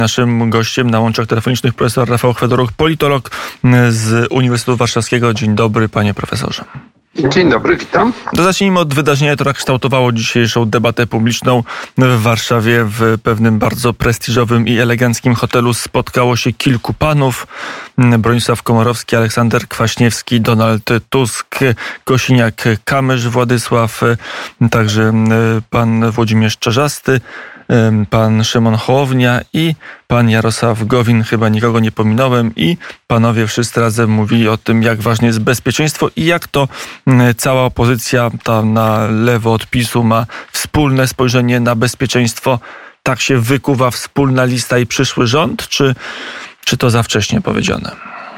Naszym gościem na łączach telefonicznych profesor Rafał Chwedoruk, politolog z Uniwersytetu Warszawskiego. Dzień dobry, panie profesorze. Dzień dobry, witam. Zacznijmy od wydarzenia, które kształtowało dzisiejszą debatę publiczną. W Warszawie w pewnym bardzo prestiżowym i eleganckim hotelu spotkało się kilku panów. Bronisław Komorowski, Aleksander Kwaśniewski, Donald Tusk, Kosiniak-Kamysz Władysław, także pan Włodzimierz Czarzasty, pan Szymon Hołownia i pan Jarosław Gowin, chyba nikogo nie pominąłem, i panowie wszyscy razem mówili o tym, jak ważne jest bezpieczeństwo i jak to cała opozycja, ta na lewo od PiS-u, ma wspólne spojrzenie na bezpieczeństwo. Tak się wykuwa wspólna lista i przyszły rząd, czy to za wcześnie powiedziane?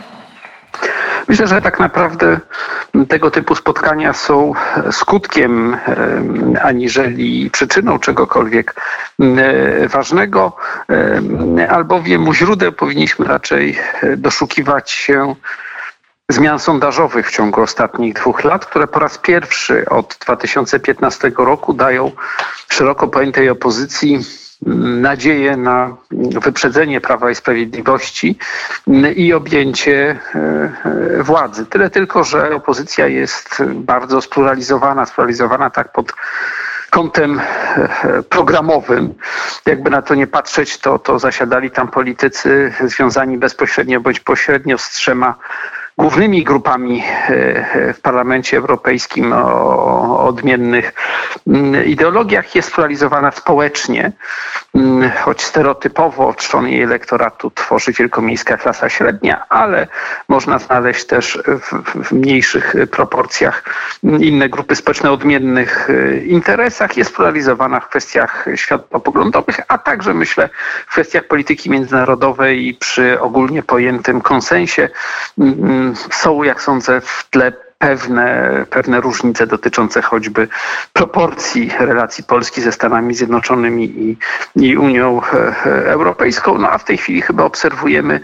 Myślę, że tak naprawdę tego typu spotkania są skutkiem aniżeli przyczyną czegokolwiek ważnego, albowiem u źródeł powinniśmy raczej doszukiwać się zmian sondażowych w ciągu ostatnich 2 lat, które po raz pierwszy od 2015 roku dają szeroko pojętej opozycji nadzieję na wyprzedzenie Prawa i Sprawiedliwości i objęcie władzy. Tyle tylko, że opozycja jest bardzo spluralizowana tak pod kątem programowym. Jakby na to nie patrzeć, to zasiadali tam politycy związani bezpośrednio bądź pośrednio z 3 głównymi grupami w Parlamencie Europejskim o odmiennych ideologiach. Jest pluralizowana społecznie, choć stereotypowo trzon jej elektoratu tworzy wielkomiejska klasa średnia, ale można znaleźć też w mniejszych proporcjach inne grupy społeczne o odmiennych interesach. Jest pluralizowana w kwestiach światopoglądowych, a także myślę w kwestiach polityki międzynarodowej przy ogólnie pojętym konsensie. Są, jak sądzę, w tle pewne różnice dotyczące choćby proporcji relacji Polski ze Stanami Zjednoczonymi i Unią Europejską. No a w tej chwili chyba obserwujemy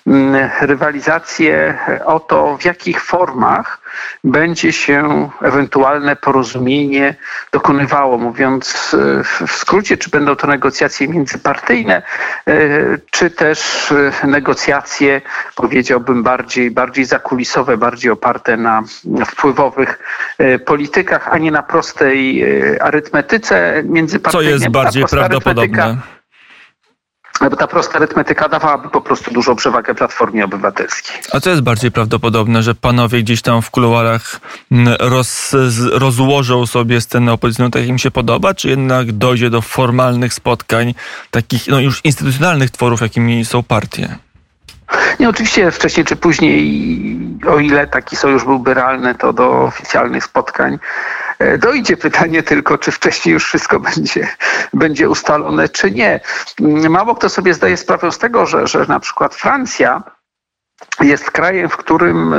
rywalizację o to, w jakich formach będzie się ewentualne porozumienie dokonywało. Mówiąc w skrócie, czy będą to negocjacje międzypartyjne, czy też negocjacje, powiedziałbym, bardziej zakulisowe, bardziej oparte na wpływowych politykach, a nie na prostej arytmetyce międzypartyjnej. Co jest bardziej prawdopodobne? Bo ta prosta arytmetyka dawałaby po prostu dużą przewagę Platformie Obywatelskiej. A co jest bardziej prawdopodobne, że panowie gdzieś tam w kuluarach rozłożą sobie scenę opozycyjną tak, jak im się podoba, czy jednak dojdzie do formalnych spotkań, takich już instytucjonalnych tworów, jakimi są partie? Nie, oczywiście wcześniej czy później, o ile taki sojusz byłby realny, to do oficjalnych spotkań dojdzie. Pytanie tylko, czy wcześniej już wszystko będzie ustalone, czy nie. Mało kto sobie zdaje sprawę z tego, że na przykład Francja jest krajem, w którym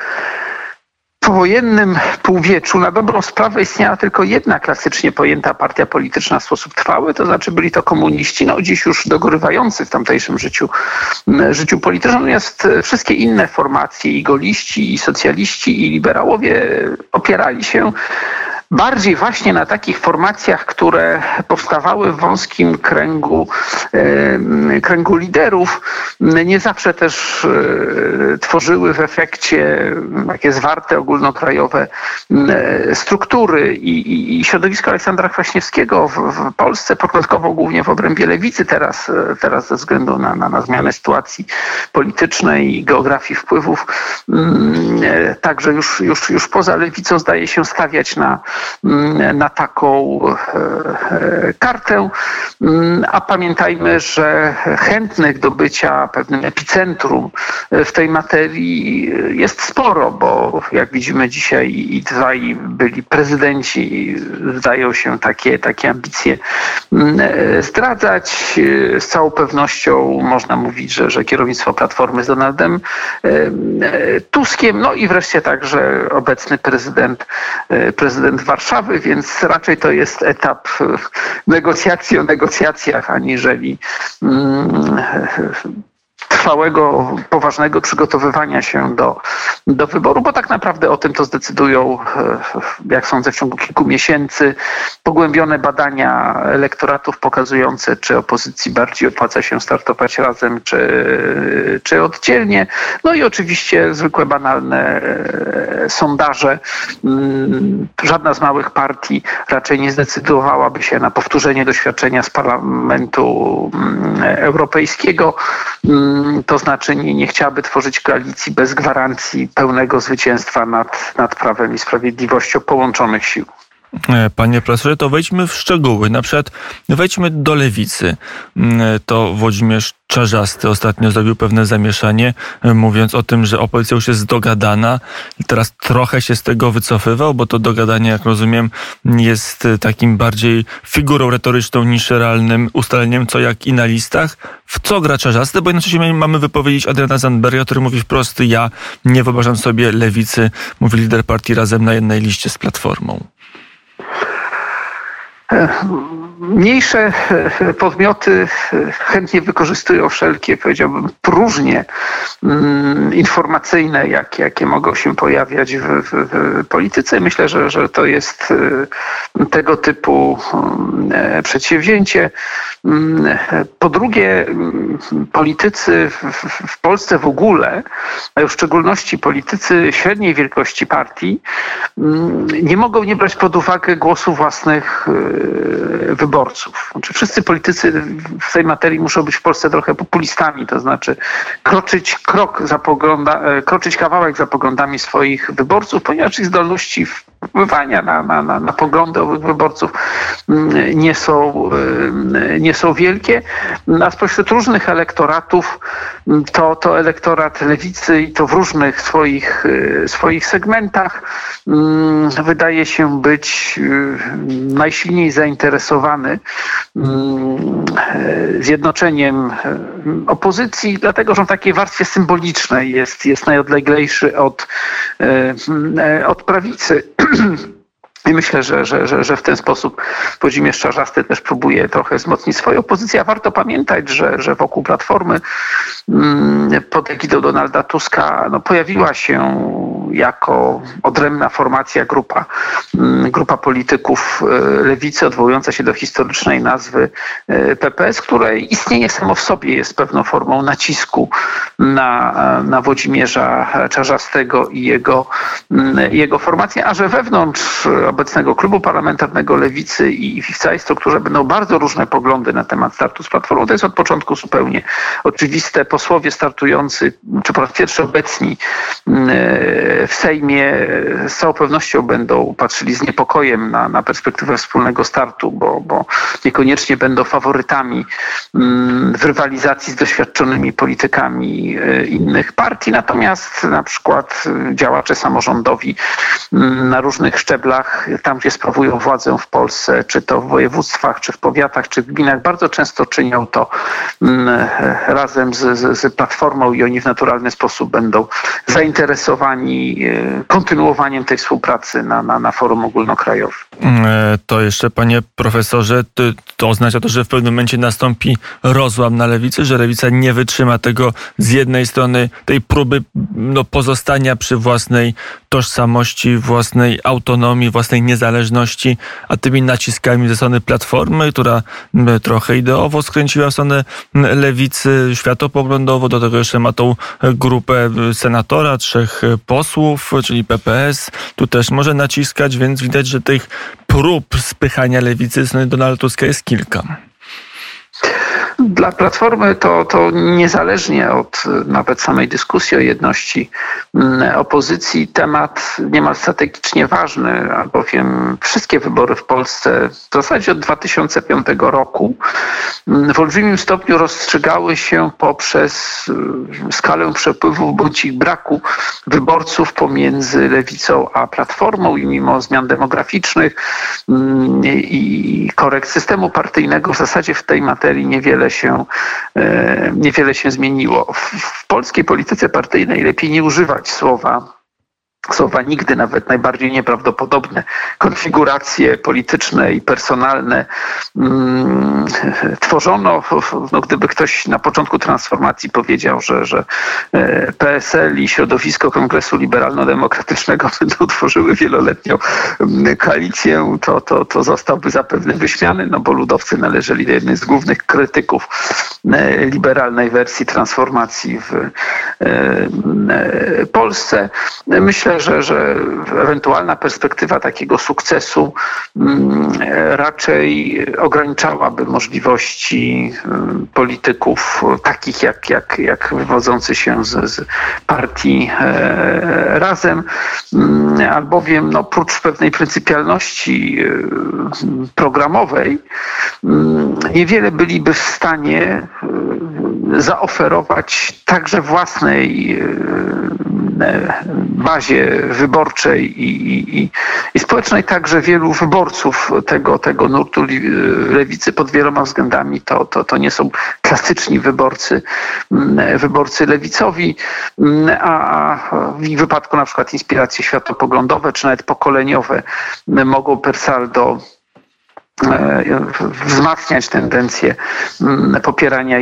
w powojennym półwieczu na dobrą sprawę istniała tylko jedna klasycznie pojęta partia polityczna w sposób trwały, to znaczy byli to komuniści, dziś już dogorywający w tamtejszym życiu politycznym, natomiast wszystkie inne formacje, i goliści, i socjaliści, i liberałowie opierali się bardziej właśnie na takich formacjach, które powstawały w wąskim kręgu liderów, nie zawsze też tworzyły w efekcie takie zwarte, ogólnokrajowe struktury i środowisko Aleksandra Kwaśniewskiego w Polsce, początkowo głównie w obrębie lewicy, teraz ze względu na zmianę sytuacji politycznej i geografii wpływów, także już poza lewicą zdaje się stawiać na taką kartę, a pamiętajmy, że chętnych do bycia pewnym epicentrum w tej materii jest sporo, bo jak widzimy dzisiaj i 2 byli prezydenci zdają się takie ambicje zdradzać. Z całą pewnością można mówić, że kierownictwo Platformy z Donaldem Tuskiem, i wreszcie także obecny prezydent Warszawy, więc raczej to jest etap negocjacji o negocjacjach, aniżeli trwałego, poważnego przygotowywania się do wyboru, bo tak naprawdę o tym to zdecydują, jak sądzę, w ciągu kilku miesięcy pogłębione badania elektoratów pokazujące, czy opozycji bardziej opłaca się startować razem, czy oddzielnie. No i oczywiście zwykłe, banalne sondaże. Żadna z małych partii raczej nie zdecydowałaby się na powtórzenie doświadczenia z Parlamentu Europejskiego. To znaczy nie chciałaby tworzyć koalicji bez gwarancji pełnego zwycięstwa nad Prawem i Sprawiedliwością połączonych sił. Panie profesorze, to wejdźmy w szczegóły. Na przykład wejdźmy do Lewicy. To Włodzimierz Czarzasty ostatnio zrobił pewne zamieszanie, mówiąc o tym, że opozycja już jest dogadana. Teraz trochę się z tego wycofywał, bo to dogadanie, jak rozumiem, jest takim bardziej figurą retoryczną niż realnym ustaleniem, co jak i na listach. W co gra Czarzasty? Bo jednocześnie mamy wypowiedzieć Adriana Zandberga, który mówi wprost: ja nie wyobrażam sobie Lewicy, mówi lider partii Razem, na jednej liście z Platformą. Mniejsze podmioty chętnie wykorzystują wszelkie, powiedziałbym, próżnie informacyjne, jakie mogą się pojawiać w polityce. Myślę, że to jest tego typu przedsięwzięcie. Po drugie, politycy w Polsce w ogóle, a w szczególności politycy średniej wielkości partii, nie mogą nie brać pod uwagę głosu własnych wyborców. Znaczy, wszyscy politycy w tej materii muszą być w Polsce trochę populistami, to znaczy kroczyć kawałek za poglądami swoich wyborców, ponieważ ich zdolności wpływania na poglądy owych wyborców nie są wielkie. A spośród różnych elektoratów to elektorat lewicy, i to w różnych swoich segmentach, wydaje się być najsilniej zainteresowany zjednoczeniem opozycji, dlatego że w takiej warstwie symbolicznej jest najodleglejszy od prawicy. I myślę, że w ten sposób Włodzimierz Czarzasty też próbuje trochę wzmocnić swoją pozycję. A warto pamiętać, że wokół Platformy pod egidą Donalda Tuska pojawiła się jako odrębna formacja grupa polityków lewicy odwołująca się do historycznej nazwy PPS, której istnienie samo w sobie jest pewną formą nacisku na Włodzimierza Czarzastego i jego formację, a że wewnątrz obecnego klubu parlamentarnego Lewicy i w całej strukturze będą bardzo różne poglądy na temat startu z Platformą. To jest od początku zupełnie oczywiste. Posłowie startujący, czy po raz pierwszy obecni w Sejmie, z całą pewnością będą patrzyli z niepokojem na perspektywę wspólnego startu, bo niekoniecznie będą faworytami w rywalizacji z doświadczonymi politykami innych partii. Natomiast na przykład działacze samorządowi na różnych szczeblach, tam gdzie sprawują władzę w Polsce, czy to w województwach, czy w powiatach, czy w gminach, bardzo często czynią to razem z Platformą i oni w naturalny sposób będą zainteresowani kontynuowaniem tej współpracy na forum ogólnokrajowym. To jeszcze, panie profesorze, to oznacza to, że w pewnym momencie nastąpi rozłam na lewicy, że lewica nie wytrzyma tego, z jednej strony tej próby pozostania przy własnej tożsamości, własnej autonomii, własnej niezależności, a tymi naciskami ze strony Platformy, która trochę ideowo skręciła w stronę lewicy, światopoglądowo, do tego jeszcze ma tą grupę senatora, 3 posłów, czyli PPS, tu też może naciskać, więc widać, że tych prób spychania lewicy ze strony Donalda Tuska jest kilka. Dla Platformy to niezależnie od nawet samej dyskusji o jedności opozycji temat niemal strategicznie ważny, albowiem wszystkie wybory w Polsce w zasadzie od 2005 roku w olbrzymim stopniu rozstrzygały się poprzez skalę przepływów bądź ich braku wyborców pomiędzy Lewicą a Platformą i mimo zmian demograficznych i korekt systemu partyjnego w zasadzie w tej materii niewiele się zmieniło. W polskiej polityce partyjnej lepiej nie używać słowa słowa nigdy, nawet najbardziej nieprawdopodobne konfiguracje polityczne i personalne tworzono. No, gdyby ktoś na początku transformacji powiedział, że PSL i środowisko Kongresu Liberalno-Demokratycznego będą tworzyły wieloletnią koalicję, to zostałby zapewne wyśmiany, no bo ludowcy należeli do jednych z głównych krytyków liberalnej wersji transformacji w Polsce. Myślę, że ewentualna perspektywa takiego sukcesu raczej ograniczałaby możliwości polityków takich jak wywodzący się z partii Razem, albowiem no, prócz pewnej pryncypialności programowej niewiele byliby w stanie zaoferować także własnej bazie wyborczej i społecznej, także wielu wyborców tego nurtu lewicy pod wieloma względami to nie są klasyczni wyborcy lewicowi, a w ich wypadku na przykład inspiracje światopoglądowe czy nawet pokoleniowe mogą per saldo wzmacniać tendencję popierania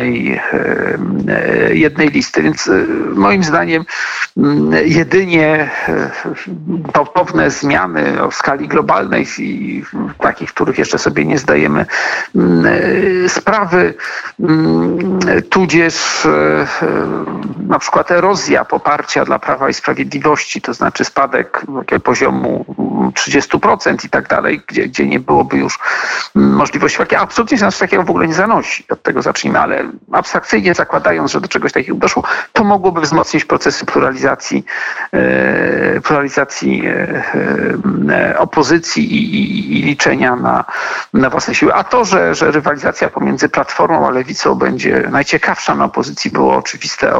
jednej listy. Więc moim zdaniem jedynie gwałtowne zmiany w skali globalnej i takich, których jeszcze sobie nie zdajemy sprawy, tudzież na przykład erozja poparcia dla Prawa i Sprawiedliwości, to znaczy spadek poziomu 30% i tak dalej, gdzie nie byłoby już możliwości walki. Absolutnie się nas takiego w ogóle nie zanosi. Od tego zacznijmy, ale abstrakcyjnie zakładając, że do czegoś takiego doszło, to mogłoby wzmocnić procesy pluralizacji opozycji i liczenia na własne siły. A to, że rywalizacja pomiędzy Platformą a Lewicą będzie najciekawsza na opozycji, było oczywiste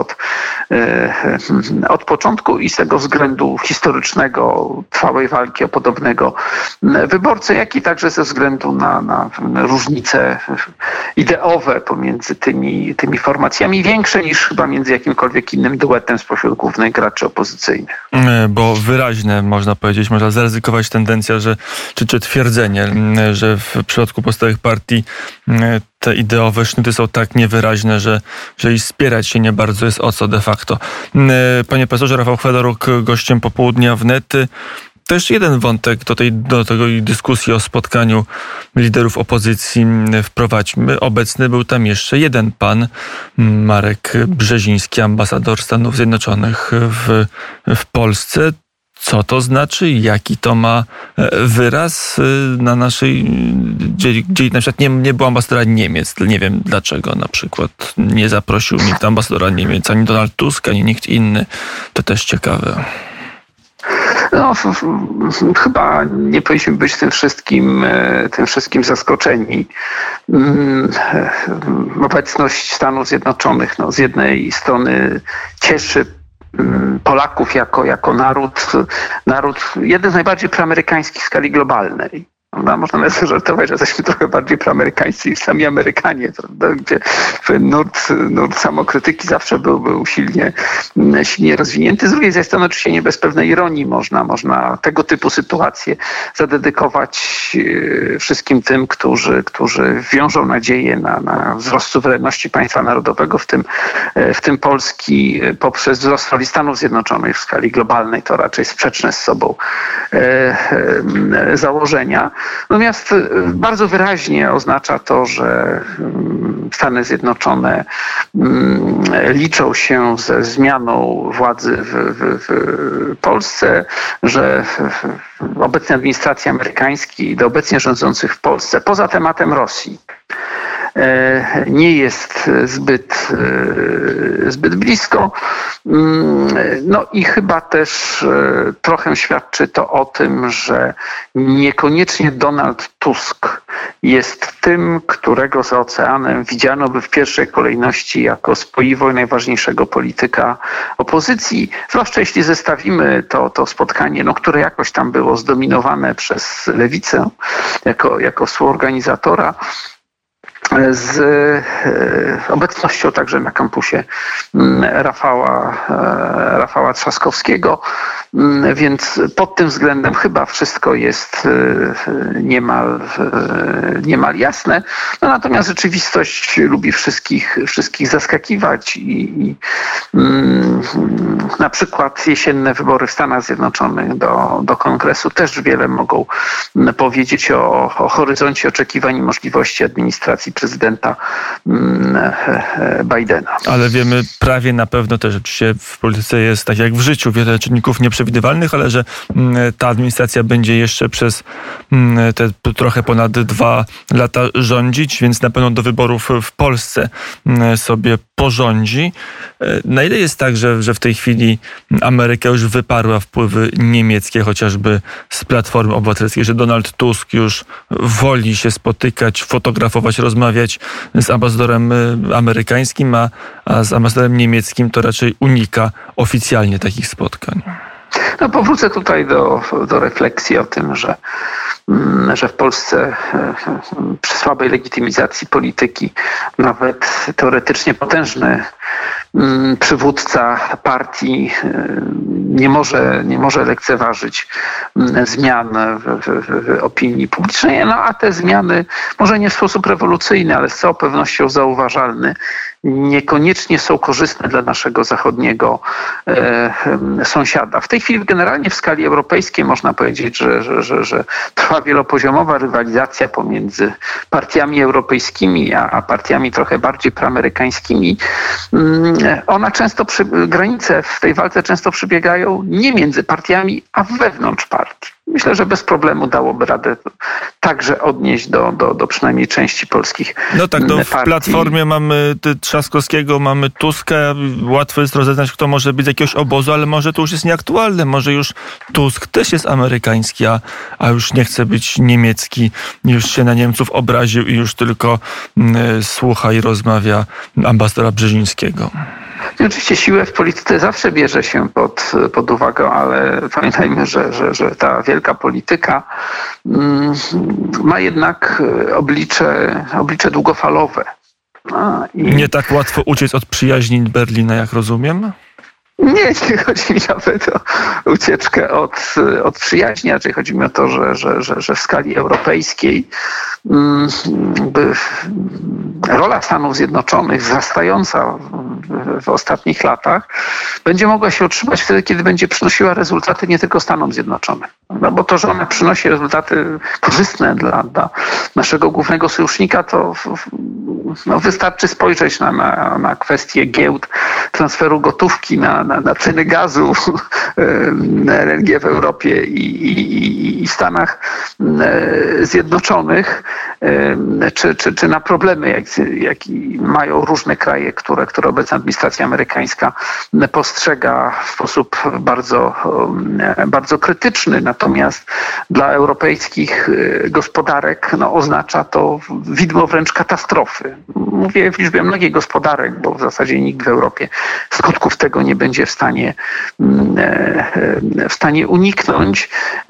od początku i z tego względu historycznego, trwałej walki o podobnego wyborcę, jak i także ze względu na różnice ideowe pomiędzy tymi formacjami, większe niż chyba między jakimkolwiek innym duetem spośród głównych graczy opozycyjnych. Bo wyraźne, można powiedzieć, można zaryzykować tendencja, czy twierdzenie, że w przypadku pozostałych partii te ideowe sznyty są tak niewyraźne, że i spierać się nie bardzo jest o co de facto. Panie profesorze, Rafał Chwedoruk, gościem Popołudnia wnet. Też jeden wątek do tej dyskusji o spotkaniu liderów opozycji wprowadźmy. Obecny był tam jeszcze jeden pan, Marek Brzeziński, ambasador Stanów Zjednoczonych w Polsce. Co to znaczy? Jaki to ma wyraz na naszej... Gdzie na przykład nie było ambasadora Niemiec. Nie wiem dlaczego na przykład nie zaprosił nikt ambasadora Niemiec, ani Donald Tusk, ani nikt inny. To też ciekawe. No, chyba nie powinniśmy być tym wszystkim zaskoczeni. Obecność Stanów Zjednoczonych z jednej strony cieszy Polaków jako naród jeden z najbardziej proamerykańskich w skali globalnej. Można nawet żartować, że jesteśmy trochę bardziej proamerykańscy niż sami Amerykanie, prawda? Gdzie nurt samokrytyki zawsze był silnie rozwinięty. Z drugiej strony oczywiście nie bez pewnej ironii można tego typu sytuacje zadedykować wszystkim tym, którzy wiążą nadzieję na wzrost suwerenności państwa narodowego, w tym Polski, poprzez wzrost roli Stanów Zjednoczonych w skali globalnej. To raczej sprzeczne z sobą założenia. Natomiast bardzo wyraźnie oznacza to, że Stany Zjednoczone liczą się ze zmianą władzy w Polsce, że obecnej administracji amerykańskiej i do obecnie rządzących w Polsce, poza tematem Rosji, nie jest zbyt blisko. No i chyba też trochę świadczy to o tym, że niekoniecznie Donald Tusk jest tym, którego za oceanem widziano by w pierwszej kolejności jako spoiwo i najważniejszego polityka opozycji. Zwłaszcza jeśli zestawimy to spotkanie, które jakoś tam było zdominowane przez Lewicę jako współorganizatora, z obecnością także na kampusie Rafała Trzaskowskiego. Więc pod tym względem chyba wszystko jest niemal jasne. No, natomiast rzeczywistość lubi wszystkich zaskakiwać i na przykład jesienne wybory w Stanach Zjednoczonych do Kongresu też wiele mogą powiedzieć o horyzoncie oczekiwań i możliwości administracji prezydenta Bidena. Ale wiemy prawie na pewno też, oczywiście w polityce jest tak jak w życiu, wiele czynników nieprzewidywalnych, ale że ta administracja będzie jeszcze przez te trochę ponad 2 lata rządzić, więc na pewno do wyborów w Polsce sobie porządzi. Na ile jest tak, że w tej chwili Ameryka już wyparła wpływy niemieckie, chociażby z Platformy Obywatelskiej, że Donald Tusk już woli się spotykać, fotografować, rozmawiać z ambasadorem amerykańskim, a z ambasadorem niemieckim to raczej unika oficjalnie takich spotkań? No, powrócę tutaj do refleksji o tym, że w Polsce przy słabej legitymizacji polityki nawet teoretycznie potężny przywódca partii nie może lekceważyć zmian w opinii publicznej, no a te zmiany może nie w sposób rewolucyjny, ale z całą pewnością zauważalny, niekoniecznie są korzystne dla naszego zachodniego sąsiada. W tej chwili generalnie w skali europejskiej można powiedzieć, że trwa wielopoziomowa rywalizacja pomiędzy partiami europejskimi a partiami trochę bardziej proamerykańskimi. Granice w tej walce często przebiegają nie między partiami, a wewnątrz partii. Myślę, że bez problemu dałoby radę także odnieść do przynajmniej części polskich No tak, partii. w Platformie mamy Trzaskowskiego, mamy Tuska. Łatwo jest rozeznać, kto może być z jakiegoś obozu, ale może to już jest nieaktualne. Może już Tusk też jest amerykański, a już nie chce być niemiecki. Już się na Niemców obraził i już tylko słucha i rozmawia ambasadora Brzezińskiego. I oczywiście siłę w polityce zawsze bierze się pod uwagę, ale pamiętajmy, że ta wielka polityka ma jednak oblicze długofalowe. Nie tak łatwo uciec od przyjaźni Berlina, jak rozumiem? Nie chodzi mi nawet o ucieczkę od przyjaźni, raczej chodzi mi o to, że w skali europejskiej rola Stanów Zjednoczonych wzrastająca w ostatnich latach będzie mogła się utrzymać wtedy, kiedy będzie przynosiła rezultaty nie tylko Stanom Zjednoczonym. No bo to, że ona przynosi rezultaty korzystne dla naszego głównego sojusznika, to wystarczy spojrzeć na kwestie giełd, transferu gotówki, na ceny gazu, na energię w Europie i Stanach Zjednoczonych, czy na problemy, jakie mają różne kraje, które obecna administracja amerykańska postrzega w sposób bardzo krytyczny. Natomiast dla europejskich gospodarek oznacza to widmo wręcz katastrofy. Mówię w liczbie mnogich gospodarek, bo w zasadzie nikt w Europie skutków tego nie będzie w stanie uniknąć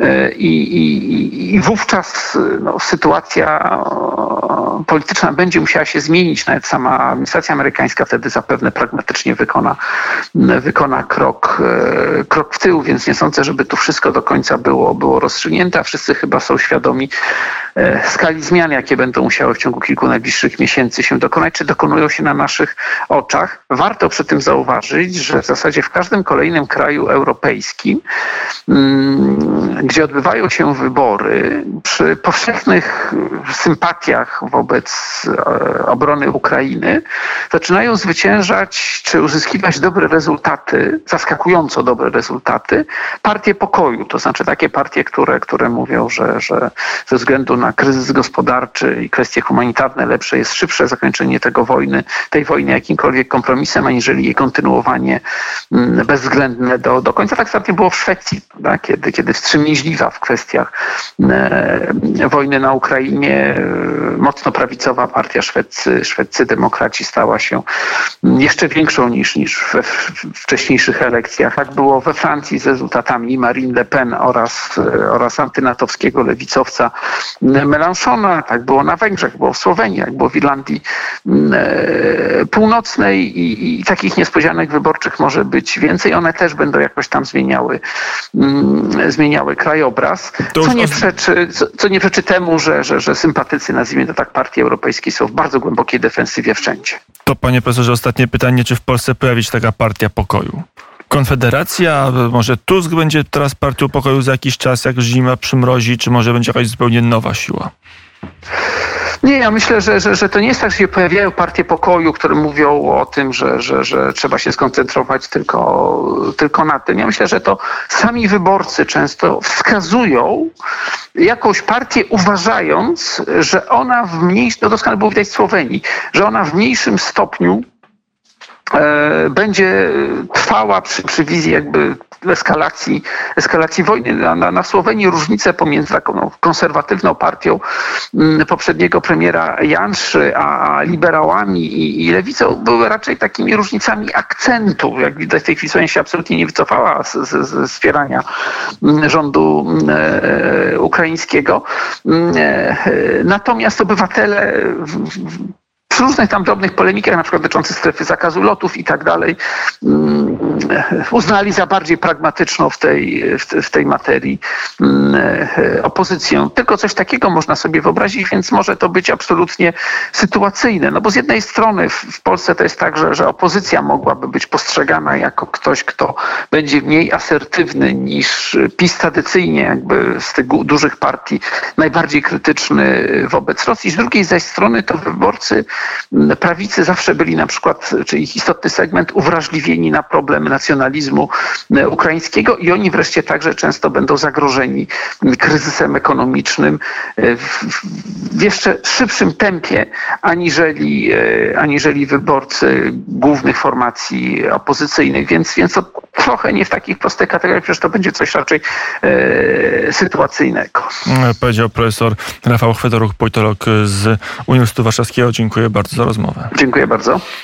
i wówczas sytuacja polityczna będzie musiała się zmienić. Nawet sama administracja amerykańska wtedy zapewne pragmatycznie wykona krok w tył, więc nie sądzę, żeby tu wszystko do końca było rozstrzygnięte, a wszyscy chyba są świadomi skali zmian, jakie będą musiały w ciągu kilku najbliższych miesięcy się dokonać, czy dokonują się na naszych oczach. Warto przy tym zauważyć, że w zasadzie w każdym kolejnym kraju europejskim, gdzie odbywają się wybory, przy powszechnych sympatiach wobec obrony Ukrainy, zaczynają zwyciężać czy uzyskiwać dobre rezultaty, zaskakująco dobre rezultaty, partie pokoju. To znaczy takie partie, które mówią, że ze względu na kryzys gospodarczy i kwestie humanitarne lepsze jest szybsze zakończenie tej wojny jakimkolwiek kompromisem, aniżeli jej kontynuowanie bezwzględne do końca. Tak ostatnio było w Szwecji, kiedy wstrzymywanie wstrzemięźliwa w kwestiach wojny na Ukrainie. Mocno prawicowa partia szwedzcy demokraci stała się jeszcze większą niż we wcześniejszych elekcjach. Tak było we Francji z rezultatami Marine Le Pen oraz antynatowskiego lewicowca Mélenchona. Tak było na Węgrzech, było w Słowenii, tak było w Irlandii Północnej i takich niespodzianek wyborczych może być więcej. One też będą jakoś tam zmieniały krajobraz, co nie przeczy temu, że sympatycy, nazwijmy to tak, partii europejskiej są w bardzo głębokiej defensywie wszędzie. To, panie profesorze, ostatnie pytanie, czy w Polsce pojawi się taka partia pokoju? Konfederacja, może Tusk będzie teraz partią pokoju za jakiś czas, jak zima przymrozi, czy może będzie jakaś zupełnie nowa siła? Nie, ja myślę, że to nie jest tak, że się pojawiają partie pokoju, które mówią o tym, że trzeba się skoncentrować tylko na tym. Ja myślę, że to sami wyborcy często wskazują jakąś partię, uważając, że ona to doskonale było widać w Słowenii, że ona w mniejszym stopniu będzie trwała przy wizji jakby eskalacji wojny. Na Słowenii różnice pomiędzy taką konserwatywną partią poprzedniego premiera Janszy, a liberałami i lewicą były raczej takimi różnicami akcentu. Jak widać, w tej chwili Słowenia się absolutnie nie wycofała z wspierania rządu ukraińskiego. Natomiast obywatele przy różnych tam drobnych polemikach, na przykład dotyczących strefy zakazu lotów i tak dalej, uznali za bardziej pragmatyczną w tej materii opozycję. Tylko coś takiego można sobie wyobrazić, więc może to być absolutnie sytuacyjne. No bo z jednej strony w Polsce to jest tak, że opozycja mogłaby być postrzegana jako ktoś, kto będzie mniej asertywny niż PiS tradycyjnie, jakby z tych dużych partii najbardziej krytyczny wobec Rosji. Z drugiej zaś strony to wyborcy prawicy zawsze byli na przykład, czy ich istotny segment, uwrażliwieni na problem nacjonalizmu ukraińskiego i oni wreszcie także często będą zagrożeni kryzysem ekonomicznym w jeszcze szybszym tempie, aniżeli wyborcy głównych formacji opozycyjnych. Więc to trochę nie w takich prostych kategoriach, przecież to będzie coś raczej sytuacyjnego. Powiedział profesor Rafał Chwedoruk, politolog z Uniwersytetu Warszawskiego. Dziękuję bardzo za rozmowę. Dziękuję bardzo.